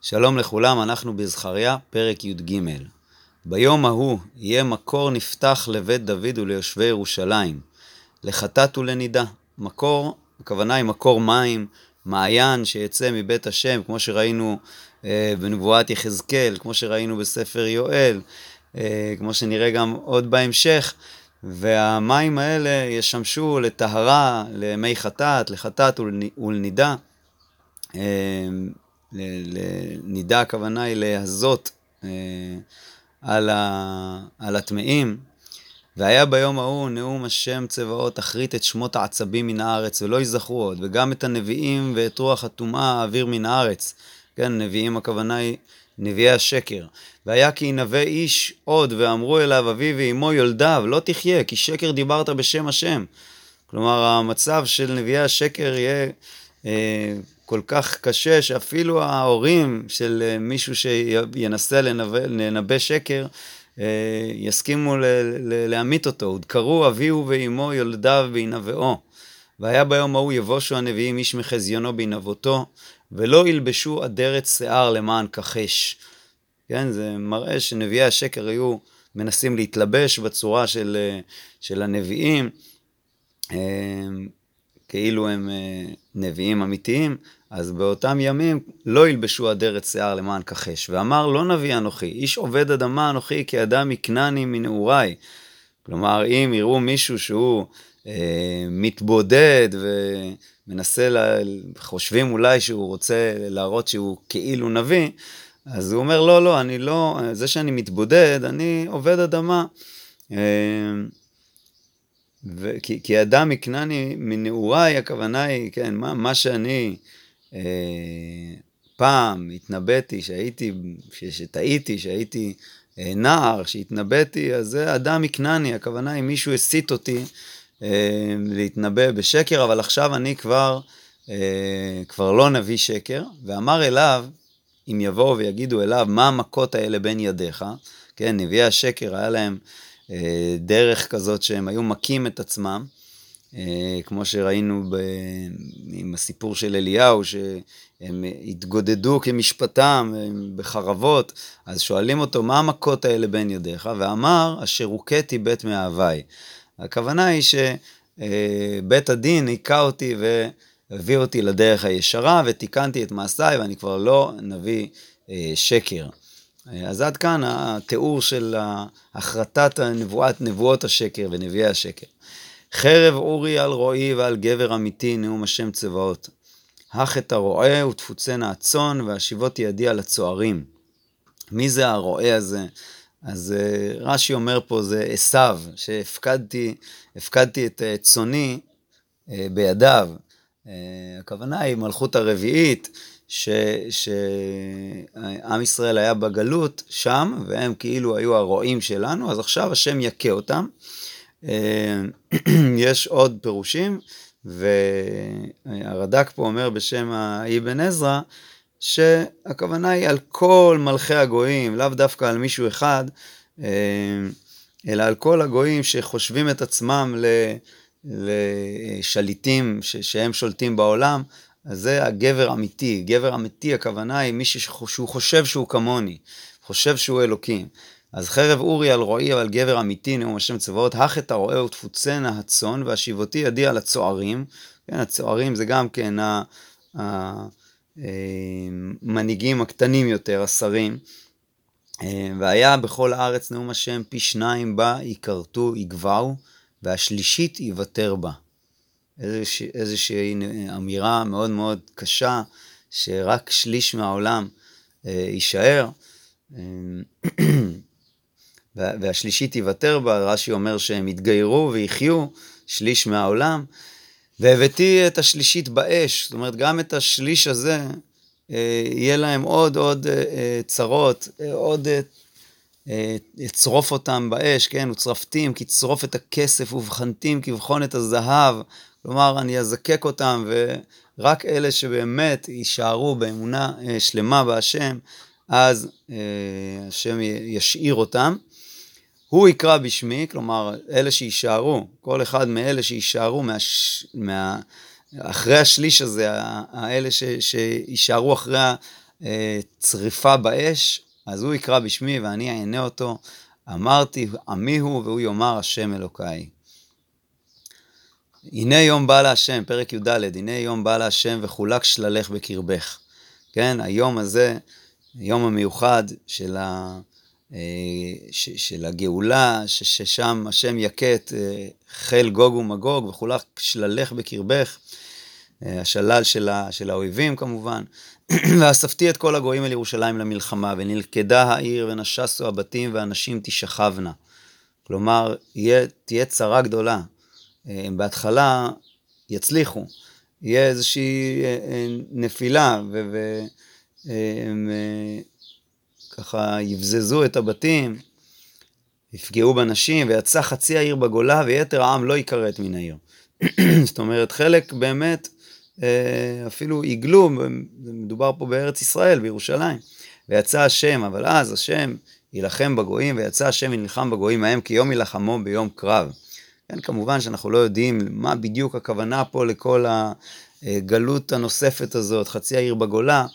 שלום לכולם, אנחנו בזכריה, פרק י"ג. ביום ההוא יהיה מקור נפתח לבית דוד וליושבי ירושלים, לחטאת ולנידה. מקור, הכוונה היא מקור מים, מעיין שיצא מבית השם, כמו שראינו בנבואת יחזקאל, כמו שראינו בספר יואל, כמו שנראה גם עוד בהמשך, והמים האלה ישמשו לטהרה, למי חטאת, לחטאת ולנידה. לנידה הכוונה היא להזות על הטמאים. והיה ביום ההוא נאום השם צבאות, אחרית את שמות העצבים מן הארץ ולא יזכרו עוד, וגם את הנביאים ואת רוח הטומאה האוויר מן הארץ. כן, נביאים הכוונה היא נביאי השקר. והיה כי ינבא איש עוד ואמרו אליו אביו ואמו יולדיו, לא תחיה כי שקר דיברת בשם השם. כלומר המצב של נביאי השקר יהיה כל כך קשה שאפילו ההורים של מישהו שינסה לנבא שקר יסכימו להמית אותו. הודקרו אביהו ואמו יולדיו בהנבאו. והיה ביום ההוא יבושו הנביאים איש מחזיונו בהנבאותו, ולא ילבשו אדרת שיער למען כחש. כן, זה מראה שנביאי השקר היו מנסים להתלבש בצורה של הנביאים, כאילו הם נביאים אמיתיים. אז באותם ימים לא ילבשו אדרת שיער למען כחש. ואמר לא נביא אנוכי, איש עובד אדמה אנוכי, כי אדם יקנני מנעוריי. כלומר, אם יראו מישהו שהוא מתבודד ומנסה, חושבים אולי שהוא רוצה להראות שהוא כאילו נביא, אז הוא אומר לא, אני לא, זה שאני מתבודד, אני עובד אדמה. כי אדם יקנני מנעוריי, הכוונה היא, כן, מה שאני פעם התנבאתי, שטעיתי, שהייתי נער, שהתנבאתי, אז זה אדם יקנני, הכוונה היא מישהו הסית אותי להתנבא בשקר, אבל עכשיו אני כבר לא נביא שקר. ואמר אליו, אם יבואו ויגידו אליו, מה המכות האלה בין ידיך? כן, נביאי השקר היה להם דרך כזאת שהם היו מכים את עצמם, כמו שראינו עם הסיפור של אליהו, שהם התגודדו כמשפטם בחרבות. אז שואלים אותו, מה המכות האלה בין ידיך? ואמר, אשר הוכיתי בית מאהבי. הכוונה היא שבית הדין היכה אותי והביא אותי לדרך הישרה, ותיקנתי את מעשיי, ואני כבר לא נביא שקר. אז עד כאן התיאור של החרטת נבואות השקר ונביאי השקר. חרב אורי על רועי ועל גבר אמיתי, נאום השם צבאות. הך את הרועה ותפוצנה הצאן, והשיבות ידי על הצוערים. מי זה הרועה הזה? אז רש"י אומר פה, זה עשיו, שהפקדתי את צאני בידיו. הכוונה היא מלכות הרביעית, שעם ישראל היה בגלות שם, והם כאילו היו הרועים שלנו, אז עכשיו השם יכה אותם. יש עוד פירושים, והרד"ק פה אומר בשם האבן עזרא, שהכוונה היא על כל מלכי הגויים, לאו דווקא על מישהו אחד, אלא על כל הגויים שחושבים את עצמם לשליטים שהם שולטים בעולם. אז זה הגבר אמיתי. גבר אמיתי הכוונה היא מישהו שהוא חושב שהוא כמוני, חושב שהוא אלוקים. אז חרב אורי על רועי ועל גבר אמיתי, נאום השם צבאות. הך את הרועה ותפוצנה הצאן, והשיבותי ידי על הצוערים. כן, הצוערים זה גם כן המנהיגים הקטנים יותר, השרים. והיה בכל הארץ נאום השם פי שניים בה יכרתו יגבעו, והשלישית יוותר בה. איזושהי אמירה מאוד מאוד קשה, שרק שליש מהעולם יישאר, והשלישית יוותר בה. רש"י אומר שהם יתגיירו ויחיו שליש מהעולם. והבאתי את השלישית באש, זאת אומרת גם את השליש הזה יהיה להם עוד צרות, עוד יצרוף אותם באש, כן, וצרפתים כי צרוף את הכסף ובחנתים כי בחון את הזהב. כלומר אני אזקק אותם, ורק אלה שבאמת יישארו באמונה שלמה בהשם, אז השם ישאיר אותם. הוא יקרא בשמי, כלומר אלה שישארו, כל אחד מאלה שישארו אחרי השליש הזה, האלה שישארו אחרי צריפה באש, אז הוא יקרא בשמי ואני אענה אותו. אמרתי עמי הוא והוא יאמר השם אלוקיי. הנה יום בא להשם, פרק י"ד, הנה יום בא להשם וחולק שללך בקרבך. כן, היום הזה, היום המיוחד של הגאולה, ששם השם יקט חיל גוג ומגוג וחולק שללך בקרבך, השלל של האויבים כמובן. ואספתי את כל הגויים אל ירושלים למלחמה, ונלכדה העיר ונשסו הבתים והנשים תשכבנה. כלומר, תהיה צרה גדולה. הם בהתחלה יצליחו, יהיה איזושהי נפילה, והם ככה יבזזו את הבתים, יפגעו בנשים, ויצא חצי העיר בגולה, ויתר העם לא יקראת מן העיר. זאת אומרת, חלק באמת אפילו יגלו, מדובר פה בארץ ישראל, בירושלים, ויצא השם, אבל אז השם ילחם בגויים, ויצא השם ונלחם בגויים מהם, כי יום ילחמו ביום קרב. כן, כמובן שאנחנו לא יודעים מה בדיוק הכוונה פה לכל הגלות הנוספת הזאת, חצי העיר בגולה,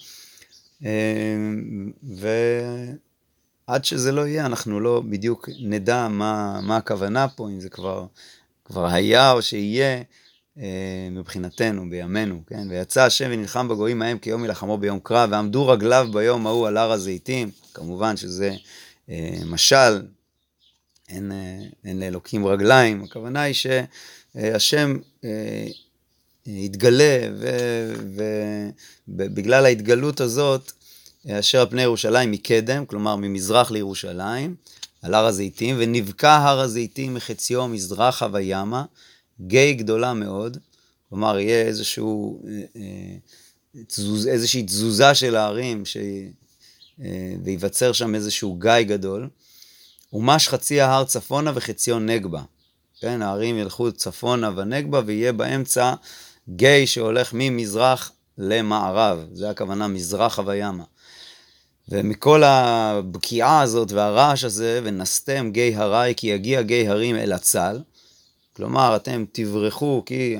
ועד שזה לא יהיה, אנחנו לא בדיוק נדע מה הכוונה פה, אם זה כבר היה או שיהיה מבחינתנו, בימינו, כן? ויצא השם ונלחם בגויים מהם כיום ילחמו ביום קרב, ועמדו רגליו ביום ההוא על הר הזיתים, כמובן שזה משל, אין לאלוקים רגליים, הכוונה היא שהשם יתגלה, ובגלל ההתגלות הזאת, אשר על פני ירושלים מקדם, כלומר ממזרח לירושלים, על הר הזיתים, ונבקע הר הזיתים מחציו מזרחה וימה, גיא גדולה מאוד, כלומר יהיה איזושהי תזוזה של הערים, ויווצר שם איזשהו גיא גדול, ומש חצי ההר צפונה וחציו נגבה. כן, הערים ילכו צפונה ונגבה, ויהיה באמצע גיא שהולך ממזרח למערב. זה הכוונה מזרחה וימה. ומכל הבקיעה הזאת והרעש הזה, ונסתם גיא הרי, כי יגיע גיא הרים אל הצל. כלומר, אתם תברחו, כי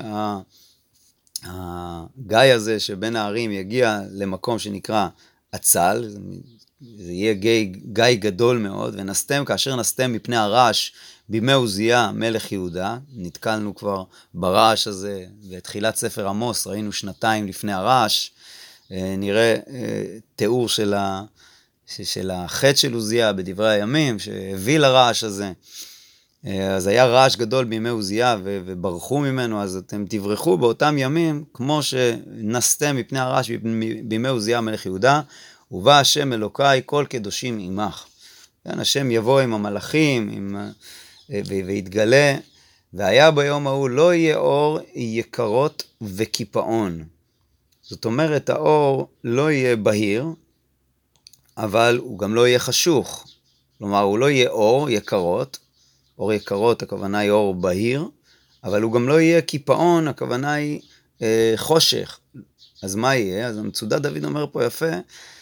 הגיא הזה שבין הערים יגיע למקום שנקרא הצל, זה יהיה גיא גדול מאוד, ונסתם, כאשר נסתם מפני הרעש בימי עוזיה מלך יהודה, נתקלנו כבר ברעש הזה, בתחילת ספר עמוס, ראינו שנתיים לפני הרעש, נראה תיאור של החטא של עוזיה בדברי הימים, שהביא לרעש הזה. אז היה רעש גדול בימי עוזיה וברחו ממנו, אז אתם תברחו באותם ימים, כמו שנסתם מפני הרעש בימי עוזיה מלך יהודה, ובא השם אלוקיי כל קדושים עמך. כן, השם יבוא עם המלאכים ויתגלה, והיה ביום ההוא לא יהיה אור יקרות וקיפאון. זאת אומרת, האור לא יהיה בהיר, אבל הוא גם לא יהיה חשוך. כלומר, הוא לא יהיה אור יקרות, אור יקרות הכוונה היא אור בהיר, אבל הוא גם לא יהיה קיפאון, הכוונה היא חושך. אז מה יהיה? אז המצודת דוד אומר פה יפה,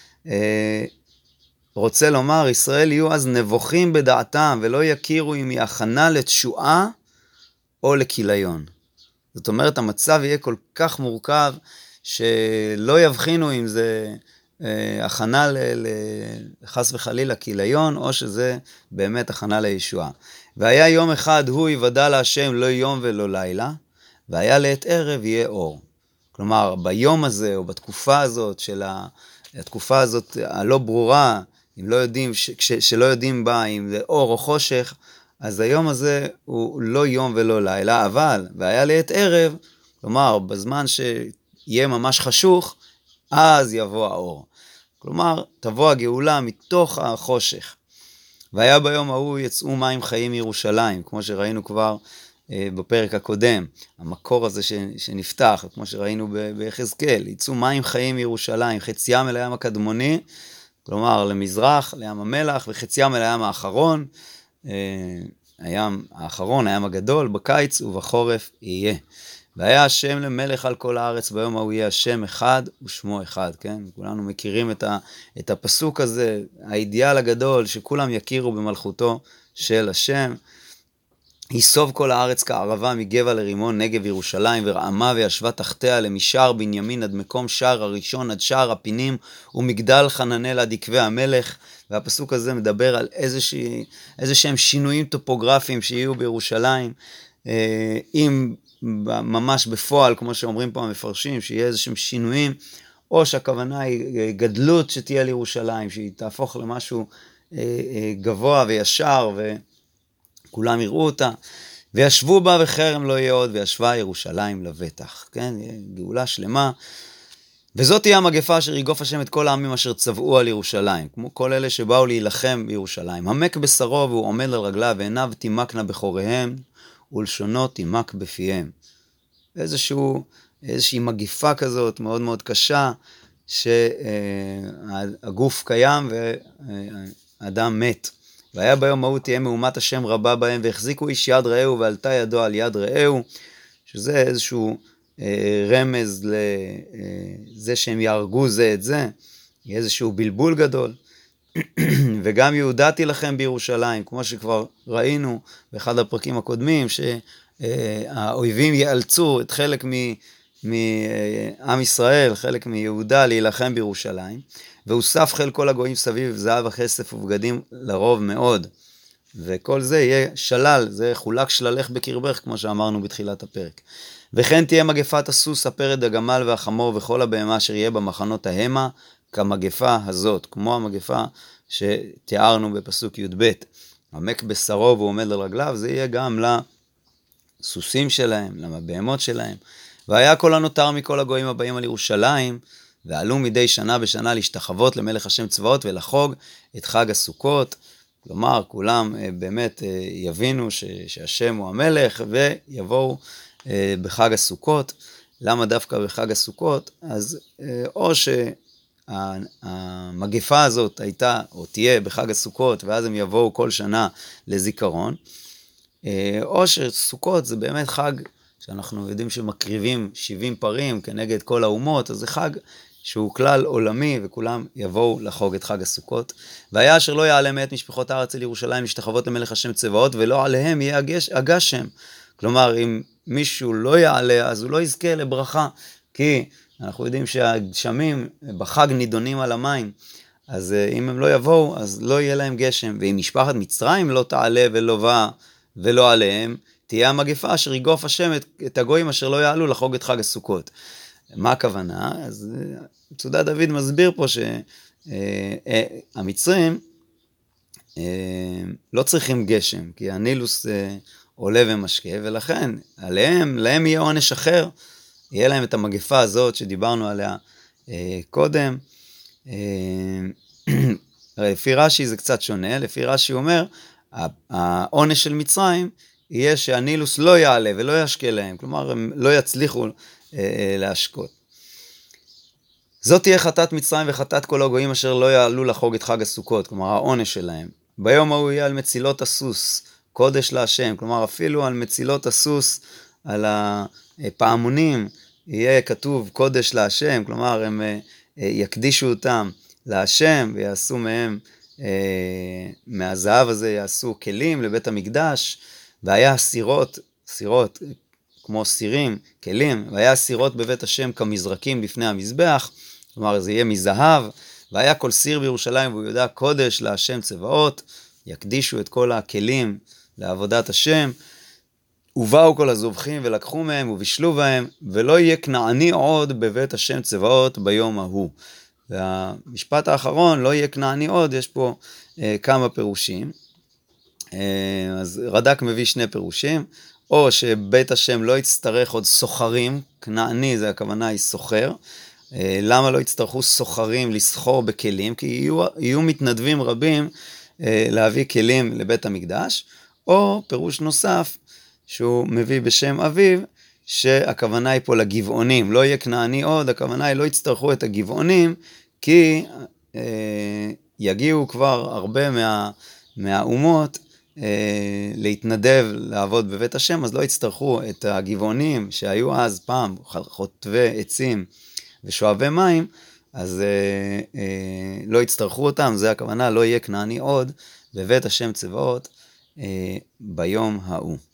רוצה לומר, ישראל יהיו אז נבוכים בדעתם, ולא יכירו אם היא הכנה לתשועה או לכיליון. זאת אומרת, המצב יהיה כל כך מורכב, שלא יבחינו אם זה הכנה לחס וחלילה כיליון, או שזה באמת הכנה לישועה. והיה יום אחד הוא יוודע להשם לא יום ולא לילה, והיה לעת ערב יהיה אור. כלומר, ביום הזה או בתקופה הזאת התקופה הזאת הלא ברורה, אם לא יודעים, שלא יודעים בה אם זה אור או חושך, אז היום הזה הוא לא יום ולא לילה, אבל והיה לעת ערב, כלומר בזמן שיהיה ממש חשוך, אז יבוא האור. כלומר, תבוא הגאולה מתוך החושך. והיה ביום ההוא יצאו מים חיים מירושלים, כמו שראינו כבר בפרק הקודם, המקור הזה שנפתח, כמו שראינו ביחזקאל, יצאו מים חיים מירושלים, חציים אל הים הקדמוני, כלומר למזרח, לים המלח, וחציים אל הים האחרון, הים האחרון, הים הגדול, בקיץ ובחורף יהיה. והיה השם למלך על כל הארץ, ביום ההוא יהיה השם אחד ושמו אחד, כן? כולנו מכירים את הפסוק הזה, האידיאל הגדול, שכולם יכירו במלכותו של השם, יסוב כל הארץ כערבה מגבע לרימון נגב ירושלים ורעמה וישבה תחתיה למשער בנימין עד מקום שער הראשון עד שער הפינים ומגדל חננאל עד עקבי המלך. והפסוק הזה מדבר על איזה שהם שינויים טופוגרפיים שיהיו בירושלים, אם ממש בפועל כמו שאומרים פה המפרשים שיהיה איזה שהם שינויים, או שהכוונה היא גדלות שתהיה לירושלים, שהיא תהפוך למשהו גבוה וישר וכולם יראו אותה. וישבו בה וחרם לא יהיה עוד, וישבה ירושלים לבטח. כן, גאולה שלמה. וזאת תהיה המגפה אשר יגוף השם את כל העמים אשר צבאו על ירושלים, כמו כל אלה שבאו להילחם בירושלים. המק בשרו והוא עומד על רגליו, ועיניו תימקנה בחוריהם, ולשונו תימק בפיהם. איזושהי מגיפה כזאת מאוד מאוד קשה, שהגוף קיים והאדם מת. והיה ביום ההוא תהיה מהומת השם רבה בהם, והחזיקו איש יד רעהו ועלתה ידו על יד רעהו, שזה איזשהו רמז לזה שהם יהרגו זה את זה, יהיה איזשהו בלבול גדול. וגם יהודתי לכם בירושלים, כמו שכבר ראינו באחד הפרקים הקודמים, שהאויבים יאלצו את חלק מעם ישראל, חלק מיהודה, להילחם בירושלים, והוסף חיל כל הגויים סביב זהב וכסף ובגדים לרוב מאוד, וכל זה יהיה שלל, זה חולק שללך בקרבך, כמו שאמרנו בתחילת הפרק. וכן תהיה מגפת הסוס, הפרד, הגמל והחמור וכל הבהמה אשר יהיה במחנות ההמה, כמגפה הזאת, כמו המגפה שתיארנו בפסוק י"ב. המק בשרו והוא עומד על רגליו, זה יהיה גם לסוסים שלהם, לבהמות שלהם. והיה כל הנותר מכל הגויים הבאים על ירושלים, ועלו מדי שנה בשנה להשתחוות למלך השם צבאות ולחוג את חג הסוכות. כלומר, כולם באמת יבינו שהשם הוא המלך ויבואו בחג הסוכות. למה דווקא בחג הסוכות? אז או שהמגפה הזאת הייתה או תהיה בחג הסוכות ואז הם יבואו כל שנה לזיכרון, או שסוכות זה באמת חג שאנחנו יודעים שמקריבים 70 פרים כנגד כל האומות, אז זה חג שהוא כלל עולמי וכולם יבואו לחוג את חג הסוכות. והיה אשר לא יעלה מאת משפחות הארץ אל ירושלים להשתחוות למלך השם צבאות, ולא עליהם יהיה הגשם. כלומר, אם מישהו לא יעלה, אז הוא לא יזכה לברכה, כי אנחנו יודעים שהגשמים בחג נידונים על המים, אז אם הם לא יבואו, אז לא יהיה להם גשם. ואם משפחת מצרים לא תעלה ולא עליהם, תהיה המגפה אשר יגוף השם את הגויים אשר לא יעלו לחוג את חג הסוכות. מה הכוונה? אז מצודת דוד מסביר פה שהמצרים לא צריכים גשם, כי הנילוס עולה ומשקה, ולכן להם יהיה עונש אחר, יהיה להם את המגפה הזאת שדיברנו עליה קודם. לפי רש"י זה קצת שונה, לפי רש"י אומר, העונש של מצרים יהיה שהנילוס לא יעלה ולא ישקה להם, כלומר הם לא יצליחו להשקות. זאת תהיה חטאת מצרים וחטאת כל הגויים אשר לא יעלו לחוג את חג הסוכות, כלומר העונש שלהם. ביום ההוא יהיה על מצילות הסוס, קודש להשם, כלומר אפילו על מצילות הסוס, על הפעמונים, יהיה כתוב קודש להשם, כלומר הם יקדישו אותם להשם ויעשו מהם, מהזהב הזה יעשו כלים לבית המקדש, והיה סירות כמו סירים, כלים, והיה סירות בבית השם כמזרקים לפני המזבח, כלומר זה יהיה מזהב, והיה כל סיר בירושלים והוא יודע קודש להשם צבאות, יקדישו את כל הכלים לעבודת השם, ובאו כל הזובחים ולקחו מהם ובישלו בהם, ולא יהיה כנעני עוד בבית השם צבאות ביום ההוא. והמשפט האחרון, לא יהיה כנעני עוד, יש פה כמה פירושים. אז רד"ק מביא שני פירושים, או שבית השם לא יצטרך עוד סוחרים, כנעני זה הכוונה היא סוחר, למה לא יצטרכו סוחרים לסחור בכלים? כי יהיו מתנדבים רבים להביא כלים לבית המקדש, או פירוש נוסף שהוא מביא בשם אביו, שהכוונה היא פה לגבעונים, לא יהיה כנעני עוד, הכוונה היא לא יצטרכו את הגבעונים, כי יגיעו כבר הרבה מהאומות להתנדב לעבוד בבית השם, אז לא יצטרכו את הגבעונים שהיו אז פעם חוטבי עצים ושואבי מים, אז לא יצטרכו אותם, זה הכוונה, לא יהיה כנעני עוד בבית השם צבאות ביום ההוא.